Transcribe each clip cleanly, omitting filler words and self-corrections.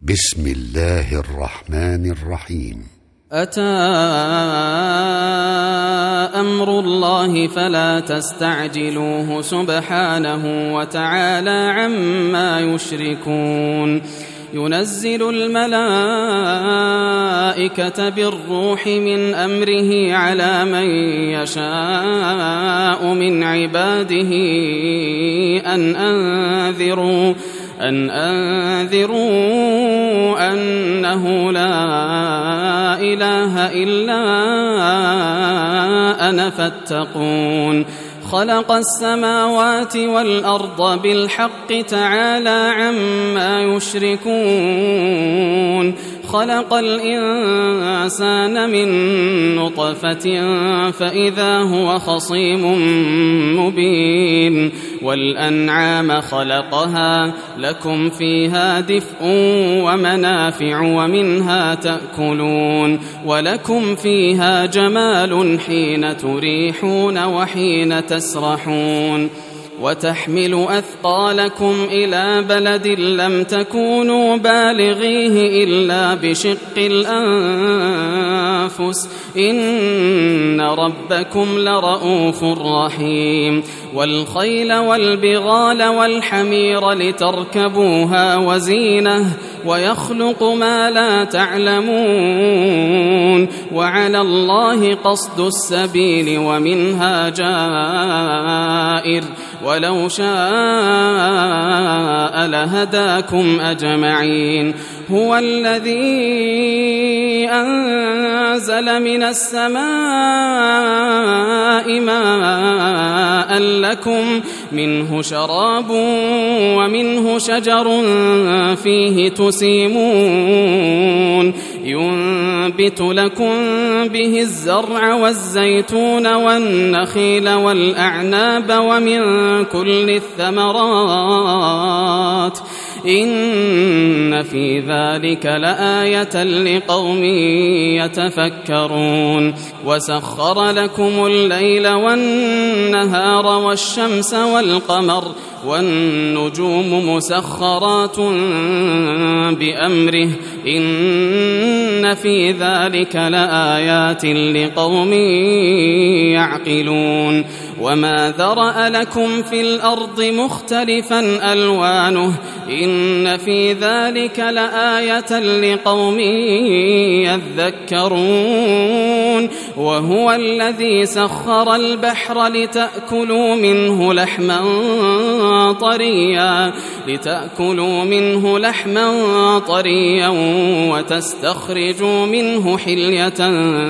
بسم الله الرحمن الرحيم. أتى أمر الله فلا تستعجلوه سبحانه وتعالى عما يشركون. ينزل الملائكة بالروح من أمره على من يشاء من عباده أن أنذروا أنه لا إله إلا أنا فاتقون. خلق السماوات والأرض بالحق تعالى عما يشركون. خلق الإنسان من نطفة فإذا هو خصيم مبين. والأنعام خلقها لكم فيها دفء ومنافع ومنها تأكلون ولكم فيها جمال حين تريحون وحين تسرحون. وتحمل أثقالكم إلى بلد لم تكونوا بالغيه إلا بشق الأنفس إن ربكم لرؤوف رحيم. والخيل والبغال والحمير لتركبوها وزينة ويخلق ما لا تعلمون. وعلى الله قصد السبيل ومنها جائر ولو شاء لهداكم أجمعين. هو الذي أنزل من السماء ماء لكم منه شراب ومنه شجر فيه تسيمون. ينبت لكم به الزرع والزيتون والنخيل والأعناب ومن كل الثمرات إن في ذلك لآية لقوم يتفكرون. وسخر لكم الليل والنهار والشمس والقمر والنجوم مسخرات بأمره إن في ذلك لآيات لقوم يعقلون. وما ذرأ لكم في الأرض مختلفا ألوانه إن في ذلك لآية لقوم يذكرون. وهو الذي سخر البحر لتأكلوا منه لحما طريا وتستخرجوا منه حلية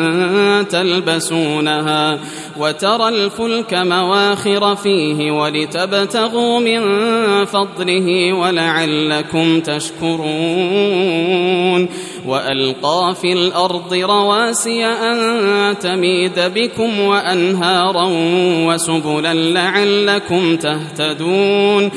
تلبسونها وترى الفلك مواخر فيه ولتبتغوا من فضله ولعلكم تشكرون. وألقى في الأرض رواسي أن تميد بكم وأنهارا وسبلا لعلكم تهتدون.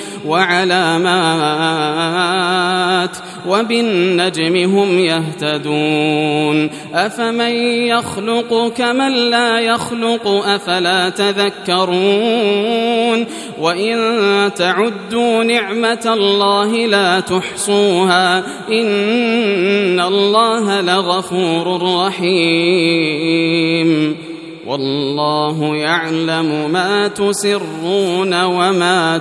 وعلامات وبالنجم هم يهتدون. أفمن يخلق كمن لا يخلق أفلا تذكرون. وإن تعدوا نعمة الله لا تحصوها إن الله لغفور رحيم. والله يعلم ما تسرون وما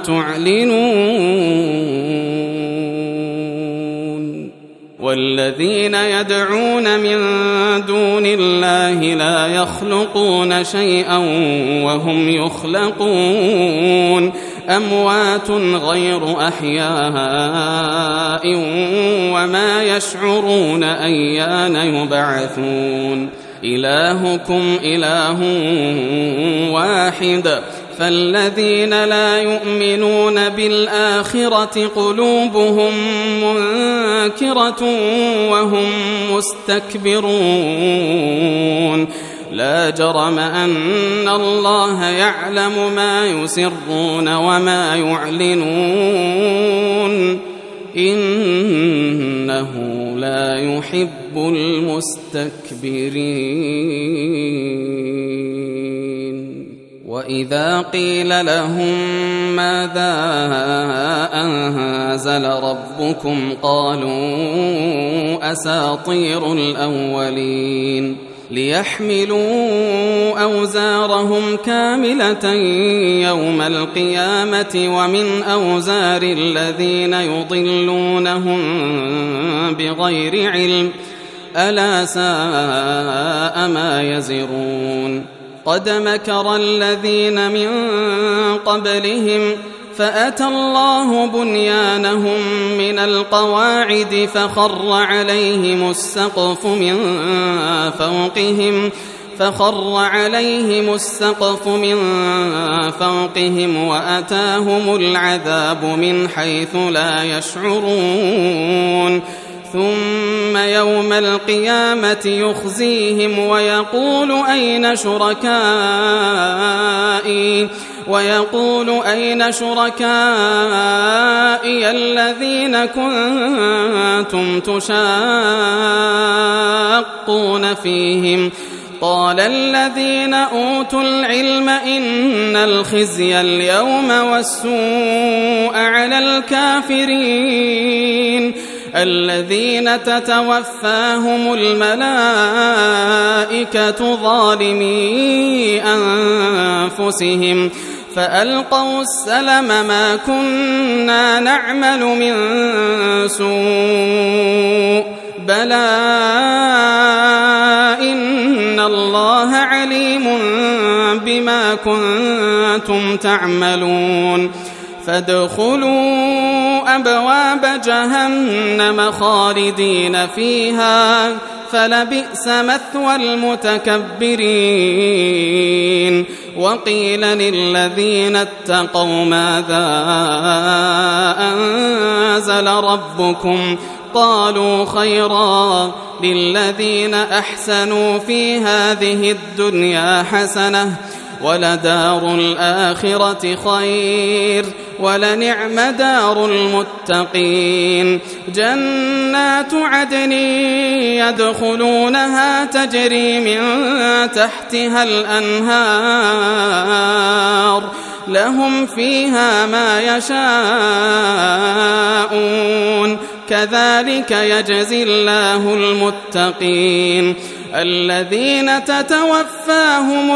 تعلنون. والذين يدعون من دون الله لا يخلقون شيئا وهم يخلقون. أموات غير أحياء وما يشعرون أيان يبعثون. إلهكم إله واحد فالذين لا يؤمنون بالآخرة قلوبهم منكرة وهم مستكبرون. لا جرم أن الله يعلم ما يسرون وما يعلنون إنه لا يحب المستكبرين. وإذا قيل لهم ماذا أنزل ربكم قالوا أساطير الأولين ليحملوا أوزارهم كاملة يوم القيامة ومن أوزار الذين يضلونهم بغير علم ألا ساء ما يزرون قد مكر الذين من قبلهم فأتى الله بنيانهم من القواعد فخر عليهم السقف من فوقهم وأتاهم العذاب من حيث لا يشعرون ثم يوم القيامة يخزيهم ويقول أين شركائي الذين كنتم تشاقون فيهم قال الذين أوتوا العلم إن الخزي اليوم والسوء على الكافرين الذين تتوفاهم الملائكة ظالمي أنفسهم فألقوا السلم ما كنا نعمل من سوء بلى إن الله عليم بما كنتم تعملون فادخلوا أبواب جهنم خالدين فيها فلبئس مثوى المتكبرين وقيل للذين اتقوا ماذا أنزل ربكم قالوا خيرا للذين أحسنوا في هذه الدنيا حسنة ولدار الآخرة خير ولنعم دار المتقين جنات عدن يدخلونها تجري من تحتها الأنهار لهم فيها ما يشاءون كذلك يجزي الله المتقين الذين تتوفاهم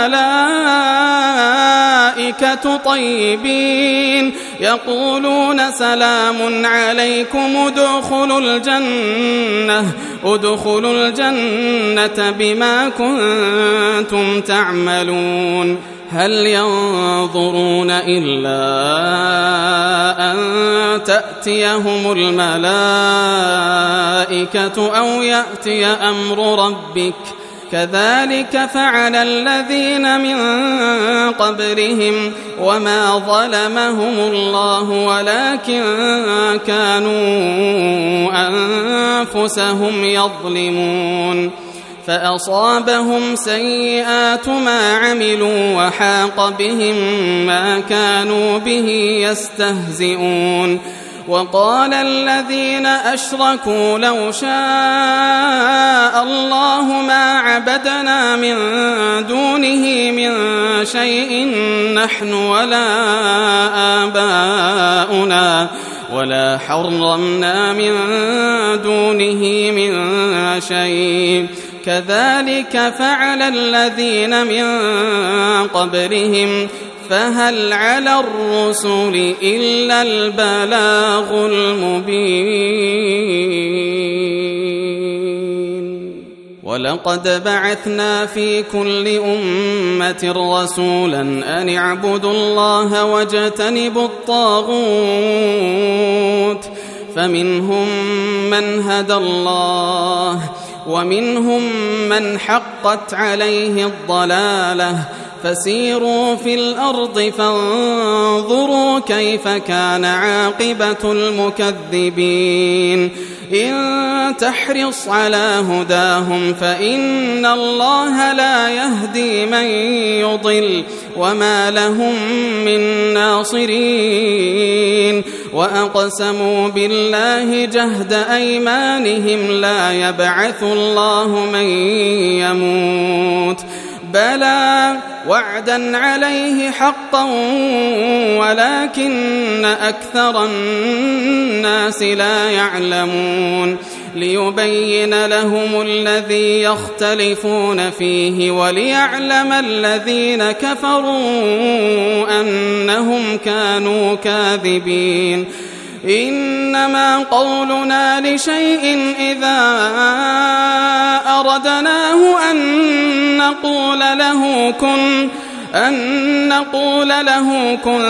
الملائكة طيبين يقولون سلام عليكم ادخلوا الجنة بما كنتم تعملون هل ينظرون إلا أن تأتيهم الملائكة أو يأتي أمر ربك كذلك فعل الذين من قبلهم وما ظلمهم الله ولكن كانوا أنفسهم يظلمون فأصابهم سيئات ما عملوا وحاق بهم ما كانوا به يستهزئون وقال الذين أشركوا لو شاء الله ما عبدنا من دونه من شيء نحن ولا آباؤنا ولا حرمنا من دونه من شيء كذلك فعل الذين من قبلهم فهل على الرسل إلا البلاغ المبين ولقد بعثنا في كل أمة رسولا أن اعبدوا الله واجتنبوا الطاغوت فمنهم من هدى الله ومنهم من حقت عليه الضلالة فسيروا في الأرض فانظروا كيف كان عاقبة المكذبين إن تحرص على هداهم فإن الله لا يهدي من يضل وما لهم من ناصرين وأقسموا بالله جهد أيمانهم لا يبعث الله من يموت بلى وعدا عليه حقا ولكن أكثر الناس لا يعلمون ليبين لهم الذي يختلفون فيه وليعلم الذين كفروا أنهم كانوا كاذبين إنما قولنا لشيء إذا أردناه أن نقول له كن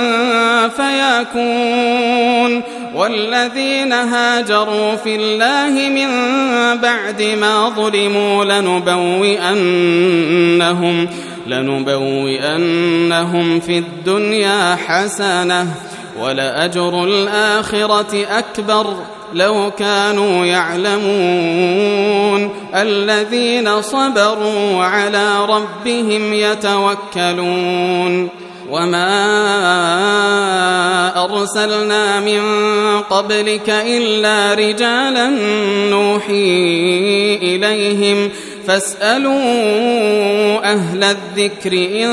فيكون والذين هاجروا في الله من بعد ما ظلموا لنبوئنهم في الدنيا حسنة ولأجر الآخرة أكبر لو كانوا يعلمون الذين صبروا وعلى ربهم يتوكلون وما أرسلنا من قبلك إلا رجالا نوحي إليهم فاسألوا أهل الذكر إن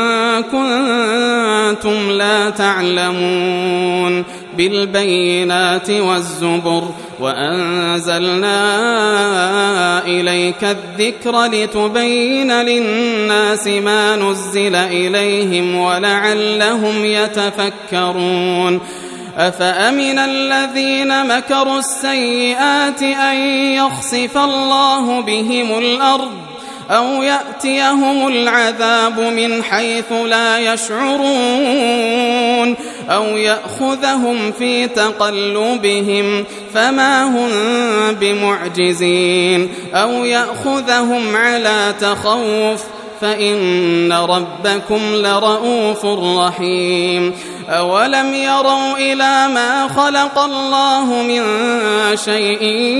كنتم لا تعلمون بالبينات والزبر وأنزلنا إليك الذكر لتبين للناس ما نزل إليهم ولعلهم يتفكرون أفأمن الذين مكروا السيئات أن يخسف الله بهم الأرض أو يأتيهم العذاب من حيث لا يشعرون أو يأخذهم في تقلبهم فما هم بمعجزين أو يأخذهم على تخوف فإن ربكم لرؤوف رحيم أولم يروا إلى ما خلق الله من شيء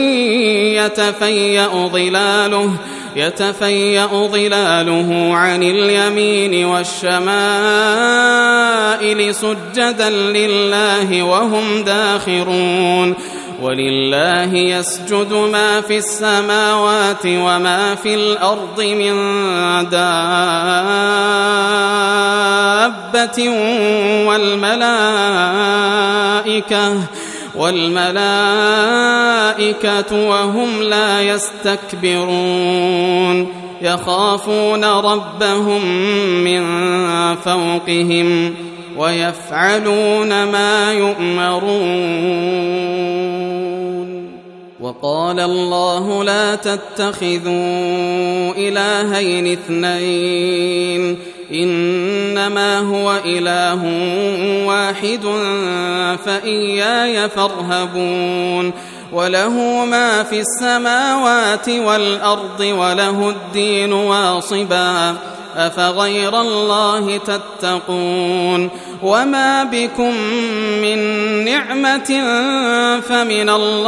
يتفيأ ظلاله عن اليمين والشمائل سجدا لله وهم داخرون ولله يسجد ما في السماوات وما في الأرض من دابة والملائكة وهم لا يستكبرون يخافون ربهم من فوقهم ويفعلون ما يؤمرون وقال الله لا تتخذوا إلهين اثنين إنما هو إله واحد فإياي فارهبون وله ما في السماوات والأرض وله الدين واصبا أفغير الله تتقون وما بكم من نعمة فمن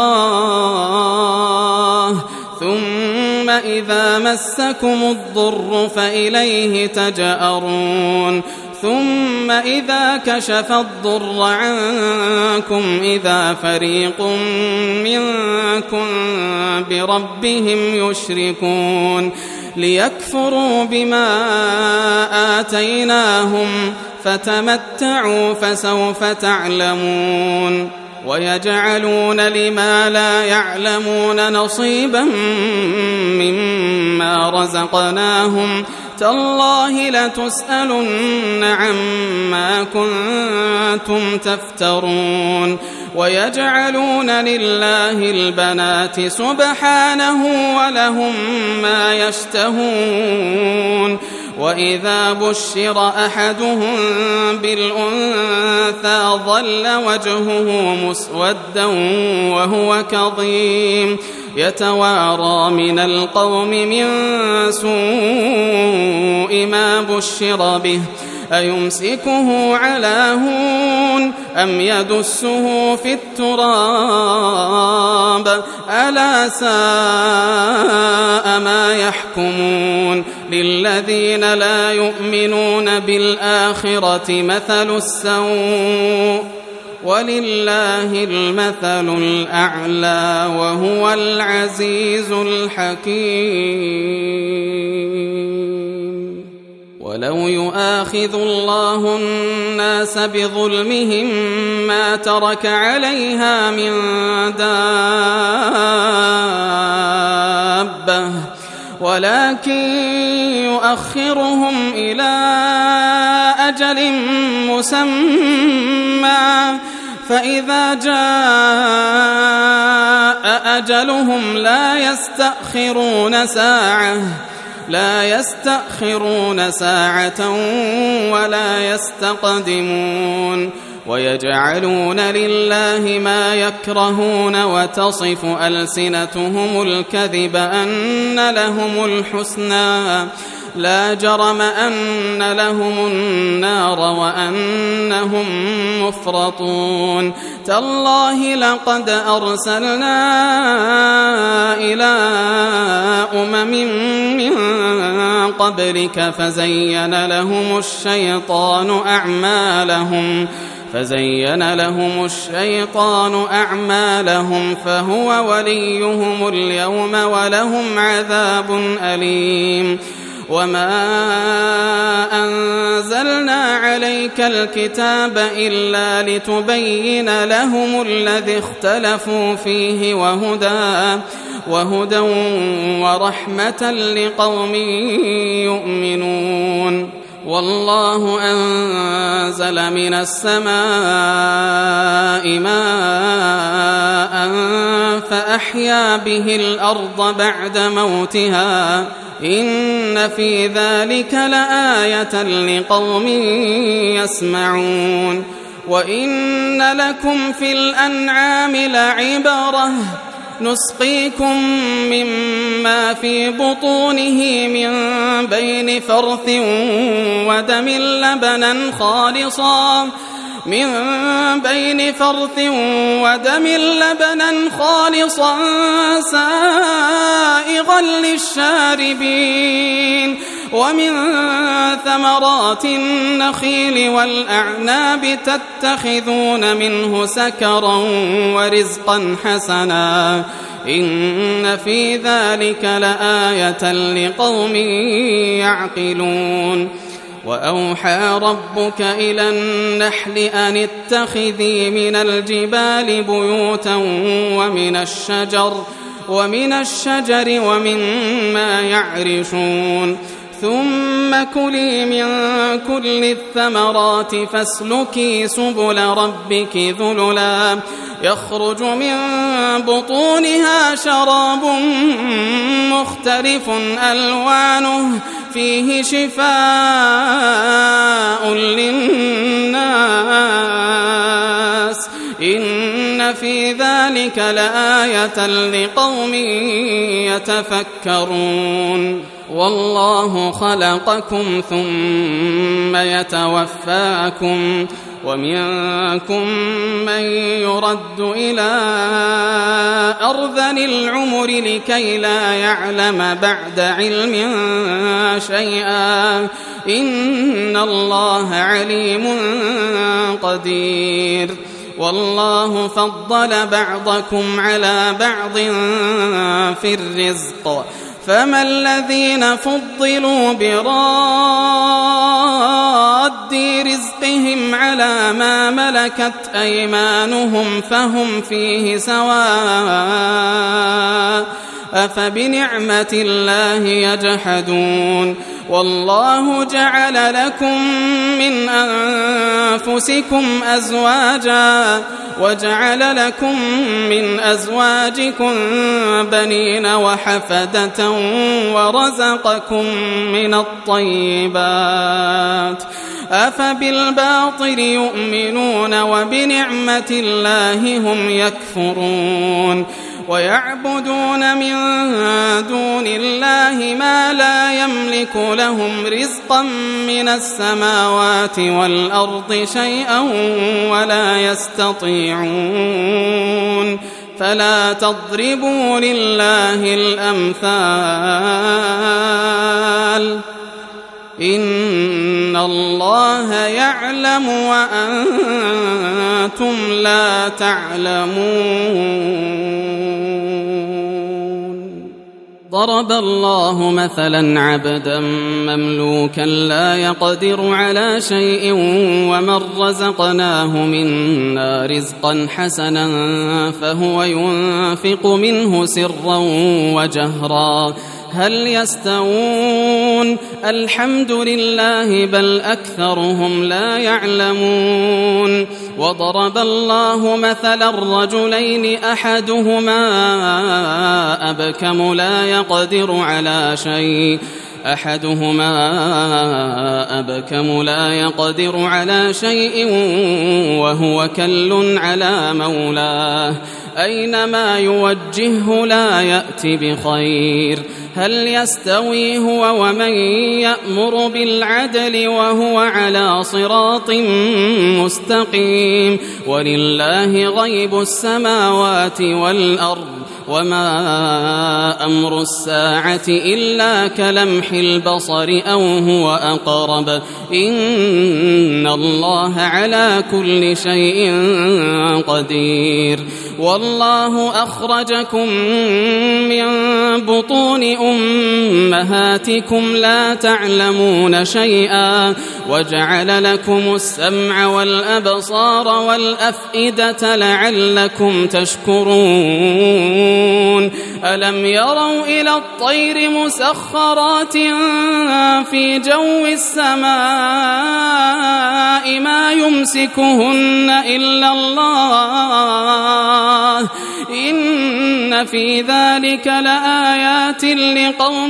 الله ثم إذا مسكم الضر فإليه تجأرون ثم إذا كشف الضر عنكم إذا فريق منكم بربهم يشركون ليكفروا بما آتيناهم فتمتعوا فسوف تعلمون ويجعلون لما لا يعلمون نصيبا مما رزقناهم تالله لتسألن عما كنتم تفترون ويجعلون لله البنات سبحانه ولهم ما يشتهون وإذا بشر أحدهم بالأنثى ظل وجهه مسودا وهو كظيم يتوارى من القوم من سوء ما بشر به أيمسكه على هون أم يدسه في التراب ألا ساء ما يحكمون للذين لا يؤمنون بالآخرة مثل السوء ولله المثل الأعلى وهو العزيز الحكيم ولو يؤاخذ الله الناس بظلمهم ما ترك عليها من دابة ولكن يؤخرهم إلى أجل مسمى فإذا جاء أجلهم لا يستأخرون ساعة ولا يستقدمون ويجعلون لله ما يكرهون وتصف ألسنتهم الكذب أن لهم الحسنى لا جرم أن لهم النار وأنهم مفرطون تالله لقد أرسلنا إلى من قبلك فزين لهم الشيطان أعمالهم فهو وليهم اليوم ولهم عذاب أليم وما أنزلنا عليك الكتاب إلا لتبين لهم الذي اختلفوا فيه وهدى ورحمة لقوم يؤمنون والله أنزل من السماء ماء فأحيا به الأرض بعد موتها إن في ذلك لآية لقوم يسمعون وإن لكم في الأنعام لعبرة نسقيكم مما في بطونه من بين فرث ودم لبنا خالصا سائغا للشاربين ومن ثمرات النخيل والأعناب تتخذون منه سكرا ورزقا حسنا إن في ذلك لآية لقوم يعقلون وأوحى ربك إلى النحل أن اتخذي من الجبال بيوتا ومن الشجر ومما يعرشون ثم كلي من كل الثمرات فاسلكي سبل ربك ذللا يخرج من بطونها شراب مختلف ألوانه فيه شفاء للناس إن في ذلك لآية لقوم يتفكرون والله خلقكم ثم يتوفاكم ومنكم من يرد إلى أرذل العمر لكي لا يعلم بعد علم شيئا إن الله عليم قدير والله فضل بعضكم على بعض في الرزق فما الذين فضلوا براد رزقهم على ما ملكت أيمانهم فهم فيه سواء أفبنعمة الله يجحدون والله جعل لكم من أنفسكم أزواجا وجعل لكم من أزواجكم بنين وحفدة ورزقكم من الطيبات أفبالباطل يؤمنون وبنعمة الله هم يكفرون ويعبدون من دون الله ما لا يملك لهم رزقا من السماوات والأرض شيئا ولا يستطيعون فلا تضربوا لله الأمثال إن الله يعلم وأنتم لا تعلمون ضرب الله مثلا عبدا مملوكا لا يقدر على شيء ومن رزقناه منا رزقا حسنا فهو ينفق منه سرا وجهرا هل يستوون الحمد لله بل أكثرهم لا يعلمون وضرب الله مثلا الرجلين أحدهما أبكم لا يقدر على شيء وهو كل على مولاه أينما يوجهه لا يأتي بخير هل يستوي هو ومن يأمر بالعدل وهو على صراط مستقيم ولله غيب السماوات والأرض وما أمر الساعة إلا كلمح البصر أو هو أقرب إن الله على كل شيء قدير والله أخرجكم من بطون أمهاتكم لا تعلمون شيئا وجعل لكم السمع والأبصار والأفئدة لعلكم تشكرون ألم يروا إلى الطير مسخرات في جو السماء ما يمسكهن إلا الله إن في ذلك لآيات لقوم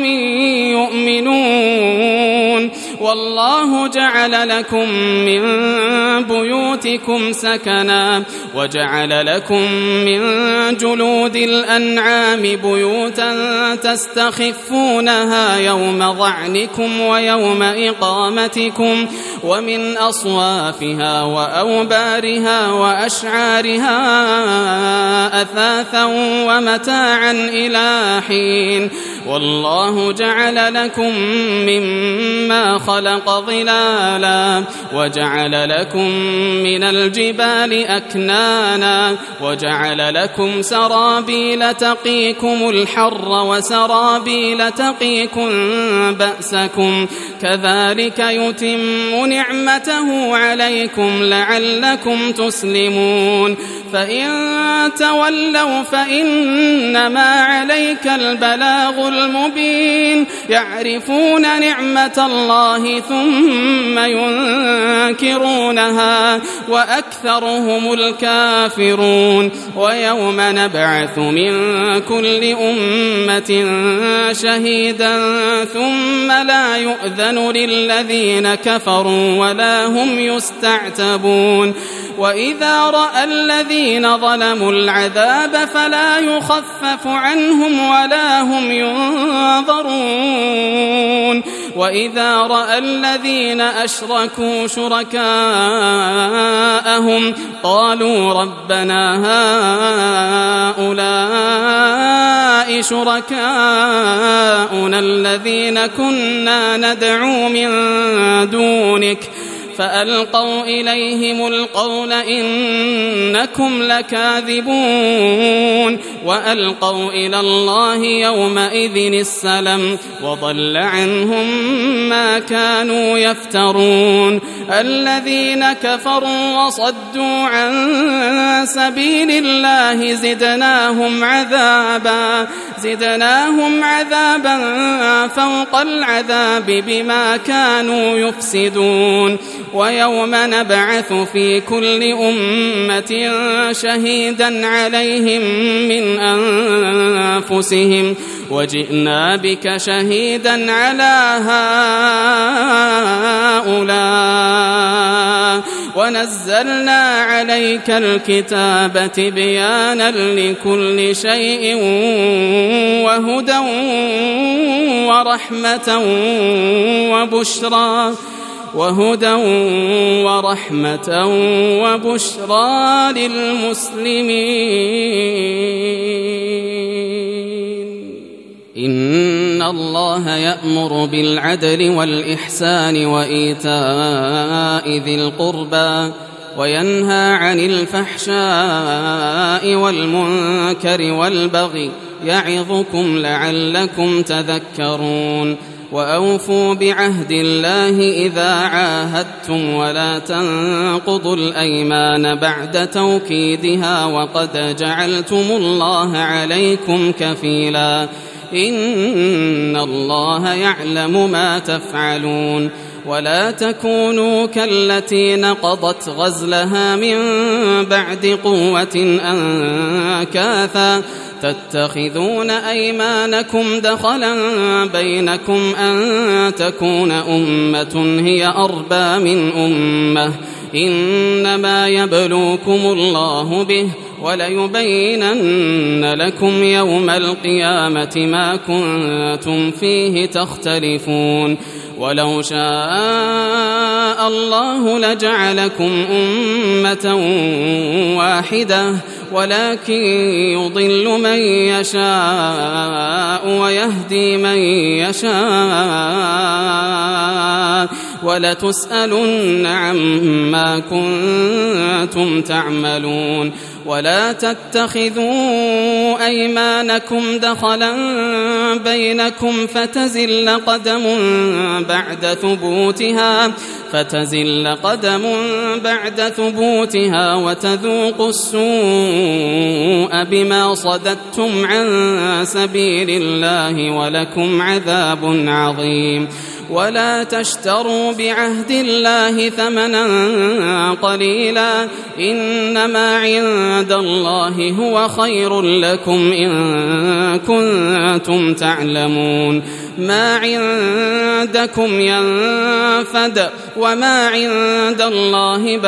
يؤمنون والله جعل لكم من بيوتكم سكنا وجعل لكم من جلود الأنعام بيوتا تستخفونها يوم ظعنكم ويوم إقامتكم ومن أصوافها وأوبارها وأشعارها أثاثا ومتاعا إلى حين والله جعل لكم مما خلق ظلالا وجعل لكم من الجبال أكنانا وجعل لكم سرابيل تقيكم الحر وسرابيل تقيكم بأسكم كذلك يتم نعمته عليكم لعلكم تسلمون فإن تولوا فإنما عليك البلاغ المبين يعرفون نعمة الله ثم ينكرونها وأكثرهم الكافرون ويوم نبعث من كل أمة شهيدا ثم لا يؤذن للذين كفروا ولا هم يستعتبون وإذا رأى الذين ظلموا العذاب فلا يخفف عنهم ولا هم ينظرون وإذا رأى الذين أشركوا شركاءهم قالوا ربنا هؤلاء شركاؤنا الذين كنا ندعو من دونك فألقوا إليهم القول إنكم لكاذبون وألقوا إلى الله يومئذ السلم وضل عنهم ما كانوا يفترون الذين كفروا وصدوا عن سبيل الله زدناهم عذابا فوق العذاب بما كانوا يفسدون ويوم نبعث في كل أمة شهيدا عليهم من أنفسهم وجئنا بك شهيدا على هؤلاء ونزلنا عليك الكتاب تبيانا لكل شيء وهدى ورحمة وبشرى للمسلمين إن الله يأمر بالعدل والإحسان وإيتاء ذي القربى وينهى عن الفحشاء والمنكر والبغي يعظكم لعلكم تذكرون وأوفوا بعهد الله إذا عاهدتم ولا تنقضوا الأيمان بعد توكيدها وقد جعلتم الله عليكم كفيلا إن الله يعلم ما تفعلون ولا تكونوا كالتي نقضت غزلها من بعد قوة أنكاثا تتخذون أيمانكم دخلا بينكم أن تكون أمة هي أربى من أمة إنما يبلوكم الله به وليبينن لكم يوم القيامة ما كنتم فيه تختلفون ولو شاء الله لجعلكم أمة واحدة ولكن يضل من يشاء ويهدي من يشاء ولتسألن عما كنتم تعملون ولا تتخذوا أيمانكم دخلا بينكم فتزل قدم بعد ثبوتها وتذوقوا السوء بما صددتم عن سبيل الله ولكم عذاب عظيم ولا تشتروا بعهد الله ثمنا قليلا إنما عند الله هو خير لكم إن كنتم تعلمون ما عندكم ينفد وما عند الله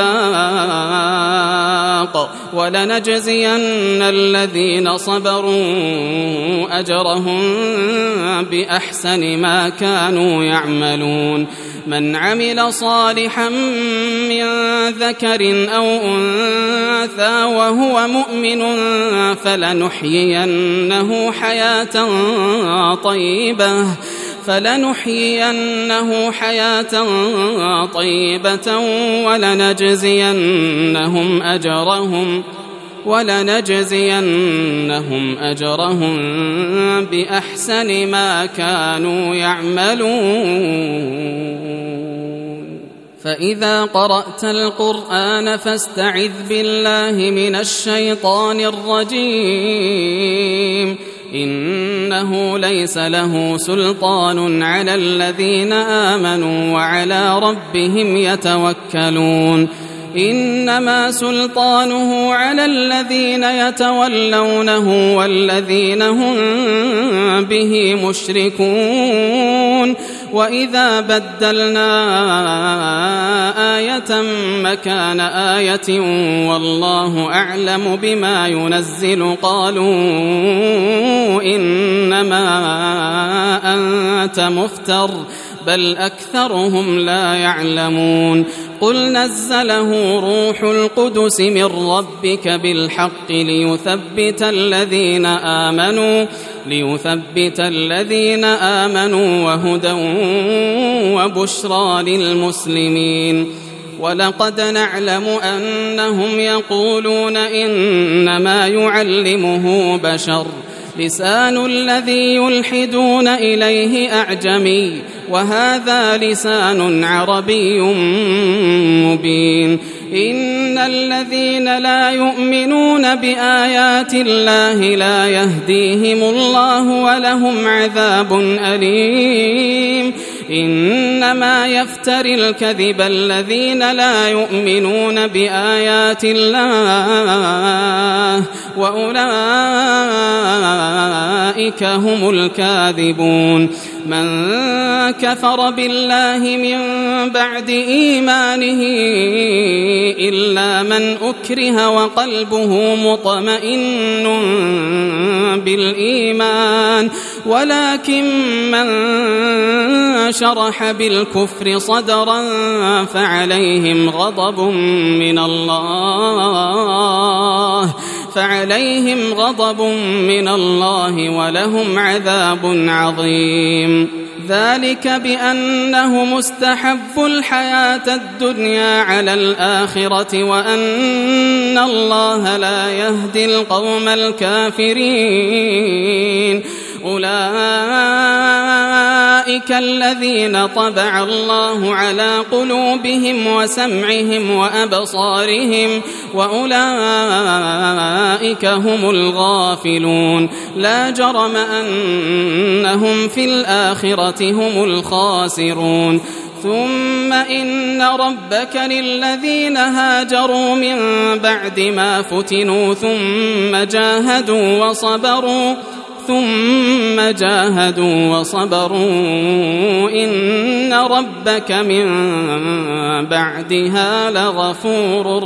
باق ولنجزين الذين صبروا أجرهم بأحسن ما كانوا يعملون من عمل صالحا من ذكر أو أنثى وهو مؤمن فلنحيينه حياة طيبة ولنجزينهم أجرهم بأحسن ما كانوا يعملون فإذا قرأت القرآن فاستعذ بالله من الشيطان الرجيم إنه ليس له سلطان على الذين آمنوا وعلى ربهم يتوكلون إنما سلطانه على الذين يتولونه والذين هم به مشركون وإذا بدلنا آية مكان آية والله أعلم بما ينزل قالوا إنما أنت مفتر بل أكثرهم لا يعلمون قل نزله روح القدس من ربك بالحق ليثبت الذين آمنوا وهدى وبشرى للمسلمين ولقد نعلم أنهم يقولون إنما يعلمه بشر لسان الذي يلحدون إليه أعجمي وهذا لسان عربي مبين إن الذين لا يؤمنون بآيات الله لا يهديهم الله ولهم عذاب أليم إنما يفتري الكذب الذين لا يؤمنون بآيات الله وأولئك هم الكاذبون من كفر بالله من بعد إيمانه إلا من أكره وقلبه مطمئن بالإيمان ولكن من شرح بالكفر صدرا فعليهم غضب من الله ولهم عذاب عظيم ذلك بأنه مستحب الحياة الدنيا على الآخرة وأن الله لا يهدي القوم الكافرين. أولئك الذين طبع الله على قلوبهم وسمعهم وأبصارهم وأولئك هم الغافلون. لا جرم أنهم في الآخرة هم الخاسرون. ثم إن ربك للذين هاجروا من بعد ما فتنوا ثم جاهدوا وصبروا إن ربك من بعدها لغفور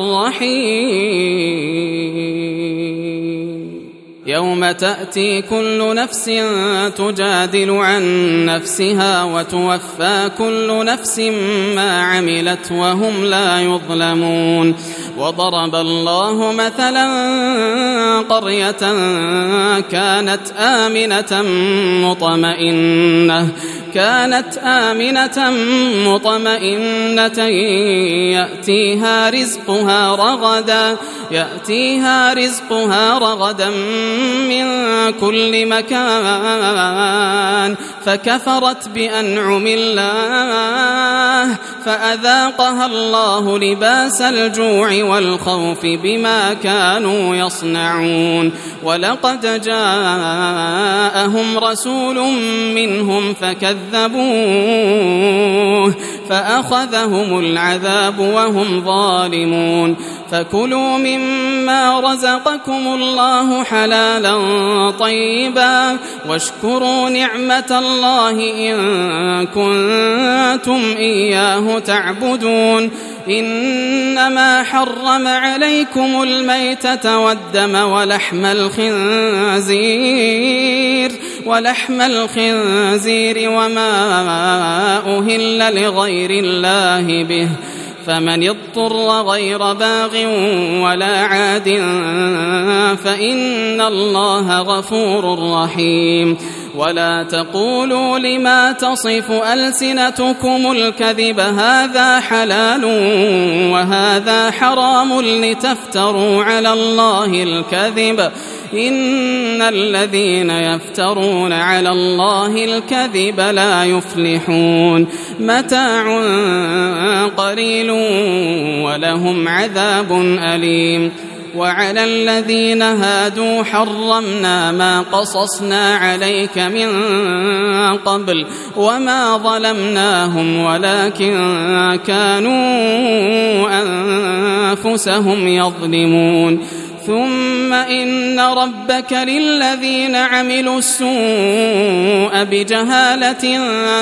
رحيم. يوم تأتي كل نفس تجادل عن نفسها وتوفى كل نفس ما عملت وهم لا يظلمون. وضرب الله مثلا قرية كانت آمنة مطمئنة يأتيها رزقها رغدا من كل مكان فكفرت بأنعم الله فأذاقها الله لباس الجوع والخوف بما كانوا يصنعون. ولقد جاءهم رسول منهم فكذبوه فأخذهم العذاب وهم ظالمون. فكلوا مما رزقكم الله حلالا طيبا واشكروا نعمة الله إن كنتم إياه تعبدون. إنما حرم عليكم الميتة والدم ولحم الخنزير وما أهل لغير الله به فمن اضطر غير باغ ولا عاد فإن الله غفور رحيم. ولا تقولوا لما تصف ألسنتكم الكذب هذا حلال وهذا حرام لتفتروا على الله الكذب إن الذين يفترون على الله الكذب لا يفلحون. متاع قليل ولهم عذاب أليم. وعلى الذين هادوا حرمنا ما قصصنا عليك من قبل وما ظلمناهم ولكن كانوا أنفسهم يظلمون. ثم إن ربك للذين عملوا السوء بجهالة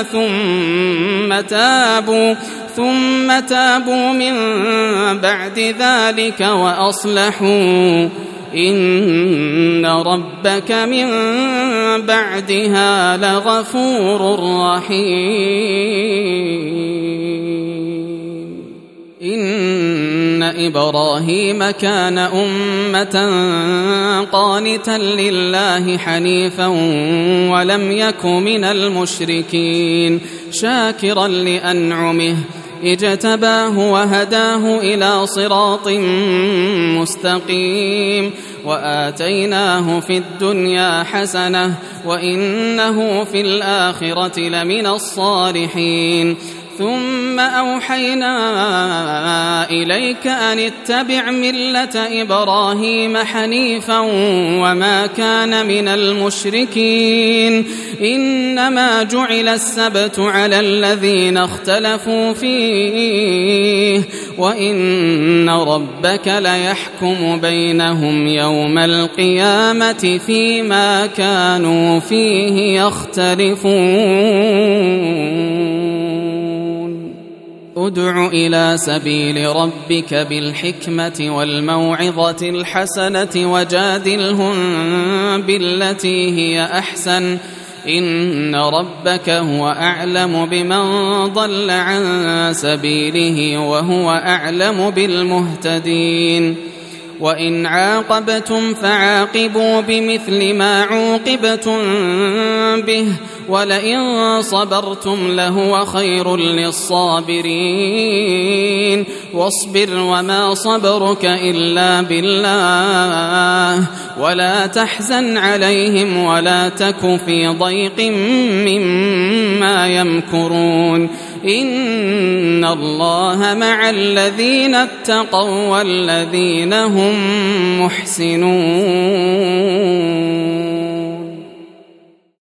ثم تابوا من بعد ذلك وأصلحوا إن ربك من بعدها لغفور رحيم. إن إبراهيم كان أمة قانتا لله حنيفا ولم يك من المشركين شاكرا لأنعمه اجتباه وهداه إلى صراط مستقيم وآتيناه في الدنيا حسنة وإنه في الآخرة لمن الصالحين. ثم أوحينا إليك أن اتبع ملة إبراهيم حنيفا وما كان من المشركين. إنما جعل السبت على الذين اختلفوا فيه وإن ربك ليحكم بينهم يوم القيامة فيما كانوا فيه يختلفون. ادع إلى سبيل ربك بالحكمة والموعظة الحسنة وجادلهم بالتي هي أحسن إن ربك هو أعلم بمن ضل عن سبيله وهو أعلم بالمهتدين. وإن عاقبتم فعاقبوا بمثل ما عوقبتم به ولئن صبرتم لهو خير للصابرين واصبر وما صبرك إلا بالله ولا تحزن عليهم ولا تك في ضيق مما يمكرون إن الله مع الذين اتقوا والذين هم محسنون.